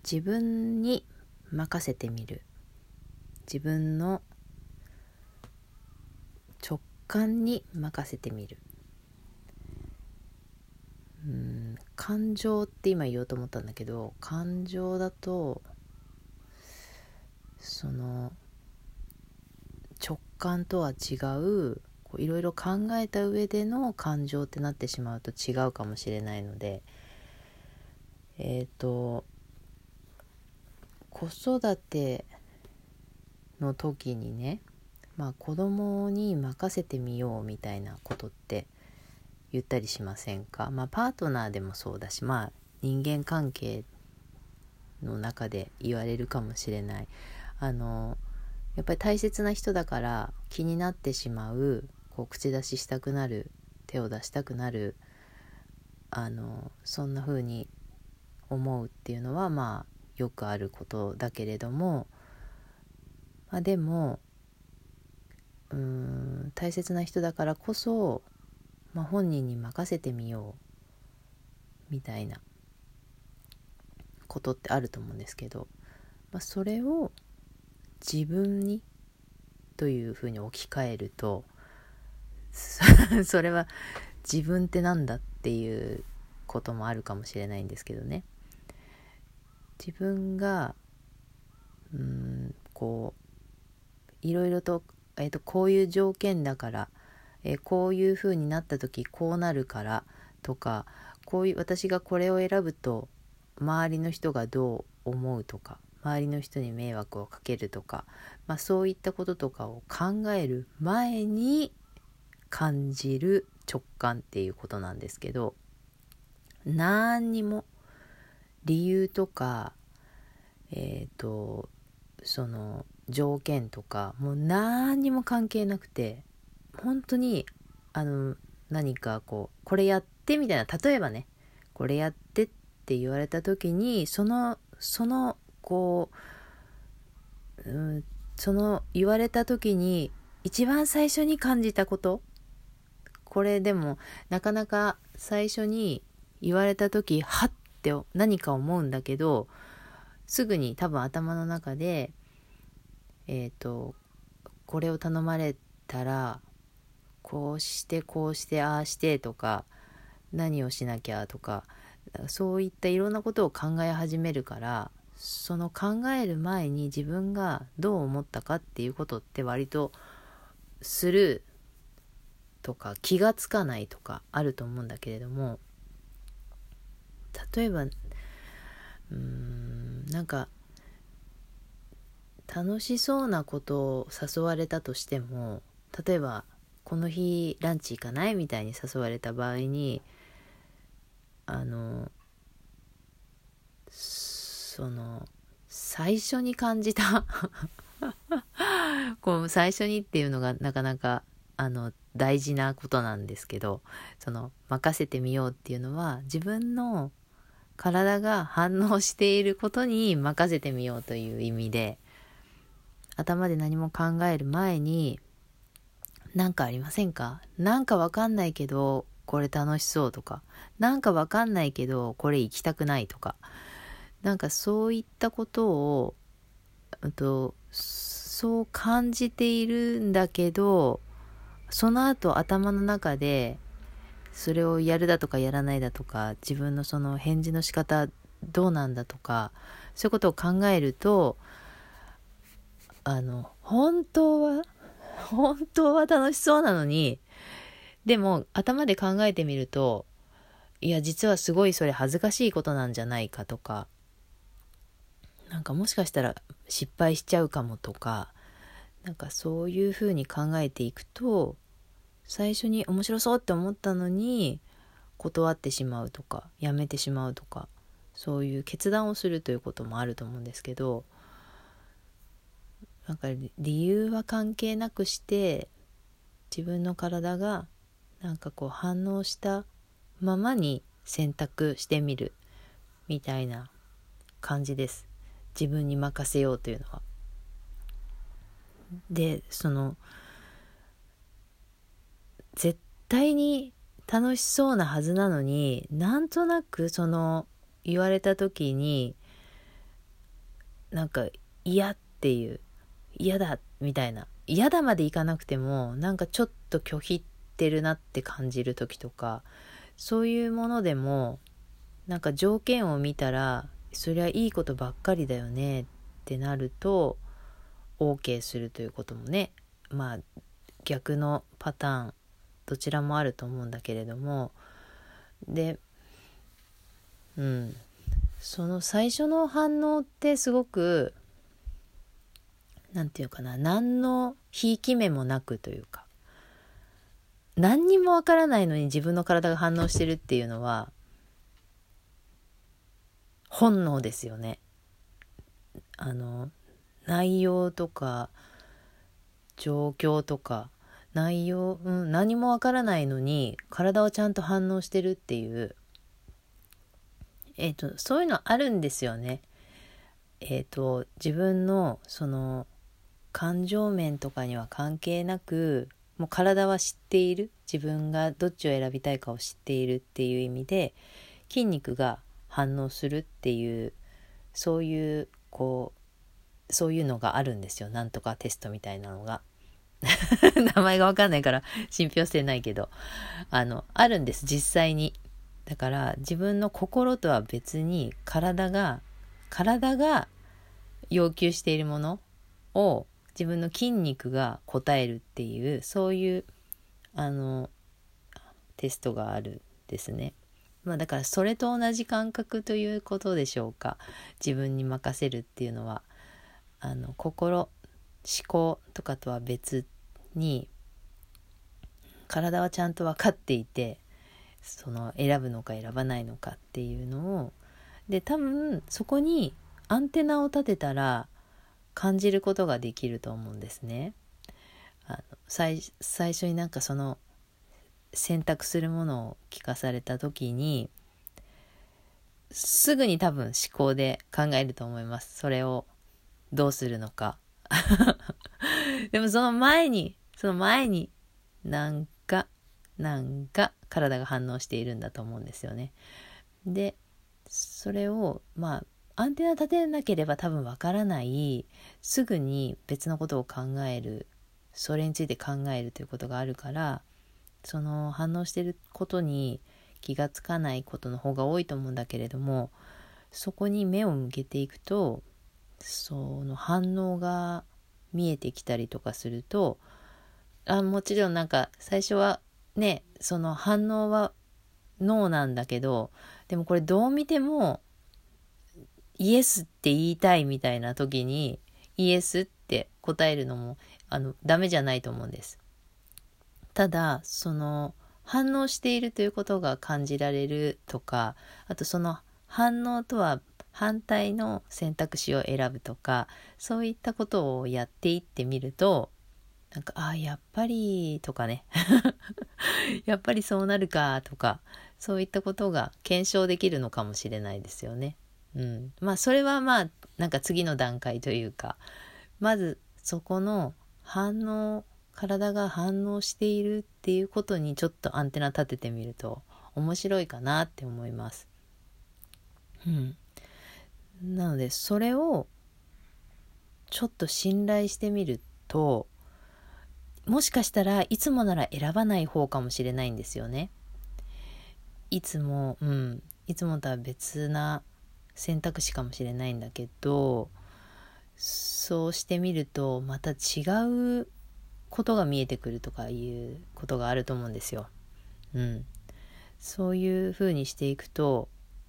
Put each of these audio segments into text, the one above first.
自分に任せてみる。自分の直感に任せてみる。感情って今言おうと思ったんだけど、感情だとその直感とは違ういろいろ考えた上での感情ってなってしまうと違うかもしれないので、子育ての時にね、子供に任せてみようみたいなことって言ったりしませんか？パートナーでもそうだし、人間関係の中で言われるかもしれない。やっぱり大切な人だから気になってしまう、口出ししたくなる、手を出したくなる、そんな風に思うっていうのはよくあることだけれども、でも大切な人だからこそ、本人に任せてみようみたいなことってあると思うんですけど、それを自分にというふうに置き換えるとそれは自分ってなんだっていうこともあるかもしれないんですけどね。自分がいろいろと、こういう条件だから、こういうふうになった時こうなるからとか、私がこれを選ぶと周りの人がどう思うとか、周りの人に迷惑をかけるとか、そういったこととかを考える前に感じる直感っていうことなんですけど、何にも理由とかその条件とかもう何にも関係なくて、本当に何かこれやってみたいな、例えばね、これやってって言われた時にその言われた時に一番最初に感じたこと、これでもなかなか最初に言われた時はって何か思うんだけど、すぐに多分頭の中でこれを頼まれたらこうしてこうしてああしてとか、何をしなきゃとか、そういったいろんなことを考え始めるから、その考える前に自分がどう思ったかっていうことって割とスルーとか気がつかないとかあると思うんだけれども、例えばなんか楽しそうなことを誘われたとしても、例えばこの日ランチ行かないみたいに誘われた場合に、その最初に感じた最初にっていうのがなかなか大事なことなんですけど、その任せてみようっていうのは自分の体が反応していることに任せてみようという意味で、頭で何も考える前に何かありませんか？なんかわかんないけどこれ楽しそうとか、なんかわかんないけどこれ行きたくないとか、なんかそういったことをそう感じているんだけど、その後頭の中でそれをやるだとかやらないだとか、自分のその返事の仕方どうなんだとか、そういうことを考えると、本当は楽しそうなのに、でも頭で考えてみると、いや実はすごいそれ恥ずかしいことなんじゃないかとか、なんかもしかしたら失敗しちゃうかもとか、なんかそういうふうに考えていくと、最初に面白そうって思ったのに断ってしまうとかやめてしまうとか、そういう決断をするということもあると思うんですけど、なんか理由は関係なくして自分の体がなんか反応したままに選択してみるみたいな感じです。自分に任せようというのは。で、絶対に楽しそうなはずなのに、なんとなく言われた時になんか嫌っていう、嫌だみたいな、嫌だまでいかなくてもなんかちょっと拒否ってるなって感じる時とか、そういうものでもなんか条件を見たらそりゃいいことばっかりだよねってなると OK するということもね、まあ逆のパターンどちらもあると思うんだけれども、でその最初の反応ってすごくなんていうかな、何のひいき目もなくというか、何にもわからないのに自分の体が反応してるっていうのは本能ですよね。内容とか状況とか何もわからないのに体はちゃんと反応してるっていう、そういうのあるんですよね。自分のその感情面とかには関係なく、もう体は知っている、自分がどっちを選びたいかを知っているっていう意味で筋肉が反応するっていう、そういうのがあるんですよ。なんとかテストみたいなのが名前がわかんないから信憑性ないけど、あるんです実際に。だから自分の心とは別に体が要求しているものを自分の筋肉が答えるっていう、そういうテストがあるんですね。だからそれと同じ感覚ということでしょうか。自分に任せるっていうのは心、思考とかとは別に体はちゃんと分かっていて、その選ぶのか選ばないのかっていうのを、で多分そこにアンテナを立てたら感じることができると思うんですね。最初になんかその選択するものを聞かされた時にすぐに多分思考で考えると思います。それをどうするのかでもその前になんか体が反応しているんだと思うんですよね。でそれをアンテナ立てなければ多分わからない、すぐに別のことを考える、それについて考えるということがあるから、その反応していることに気がつかないことの方が多いと思うんだけれども、そこに目を向けていくとその反応が見えてきたりとかすると、もちろんなんか最初はね、その反応はノーなんだけど、でもこれどう見てもイエスって言いたいみたいな時にイエスって答えるのもダメじゃないと思うんです。ただその反応しているということが感じられるとか、あとその反応とは反対の選択肢を選ぶとか、そういったことをやっていってみると、なんかやっぱりとかねやっぱりそうなるかとか、そういったことが検証できるのかもしれないですよね。それはなんか次の段階というか、まずそこの体が反応しているっていうことにちょっとアンテナ立ててみると面白いかなって思います。なのでそれをちょっと信頼してみると、もしかしたらいつもなら選ばない方かもしれないんですよね。いつもとは別な選択肢かもしれないんだけど、そうしてみるとまた違うことが見えてくるとかいうことがあると思うんですよ。そういう風にしていくと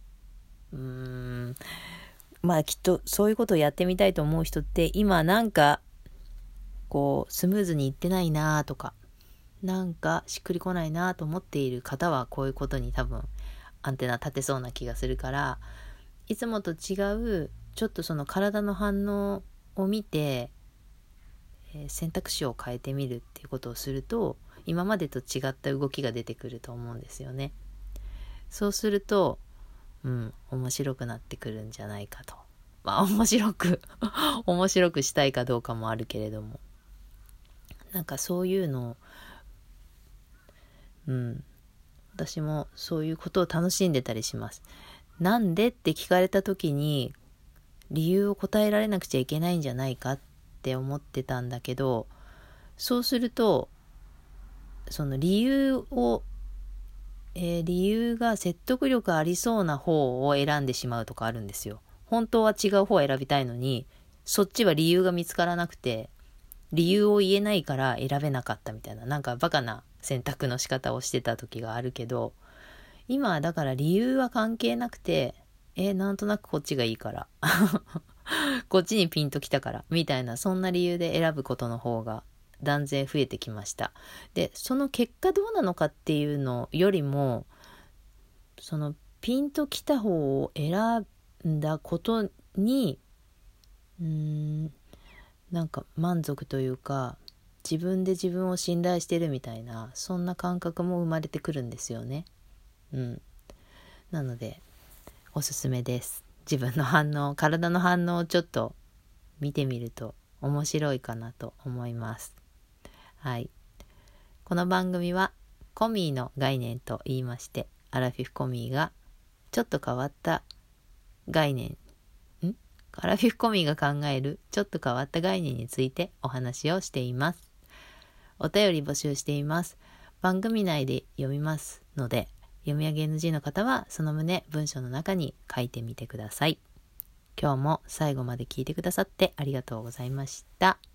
きっとそういうことをやってみたいと思う人って、今なんかスムーズにいってないなとか、なんかしっくりこないなと思っている方はこういうことに多分アンテナ立てそうな気がするから、いつもと違うちょっとその体の反応を見て、選択肢を変えてみるっていうことをすると、今までと違った動きが出てくると思うんですよね。そうすると面白くなってくるんじゃないかと。面白くしたいかどうかもあるけれども、なんかそういうのを私もそういうことを楽しんでたりします。なんでって聞かれた時に理由を答えられなくちゃいけないんじゃないかって思ってたんだけど、そうするとその理由が説得力ありそうな方を選んでしまうとかあるんですよ。本当は違う方を選びたいのに、そっちは理由が見つからなくて、理由を言えないから選べなかったみたいな、なんかバカな選択の仕方をしてた時があるけど、今はだから理由は関係なくて、なんとなくこっちがいいからこっちにピンときたからみたいな、そんな理由で選ぶことの方が断然増えてきました。で、その結果どうなのかっていうのよりも、そのピンときた方を選んだことになんか満足というか、自分で自分を信頼してるみたいな、そんな感覚も生まれてくるんですよね。なのでおすすめです。自分の反応、体の反応をちょっと見てみると面白いかなと思います。はい。この番組はコミーの概念と言いまして、アラフィフコミーがちょっと変わった概念、アラフィフコミーが考えるちょっと変わった概念についてお話をしています。お便り募集しています。番組内で読みますので、読み上げ NG の方はその旨文章の中に書いてみてください。今日も最後まで聞いてくださってありがとうございました。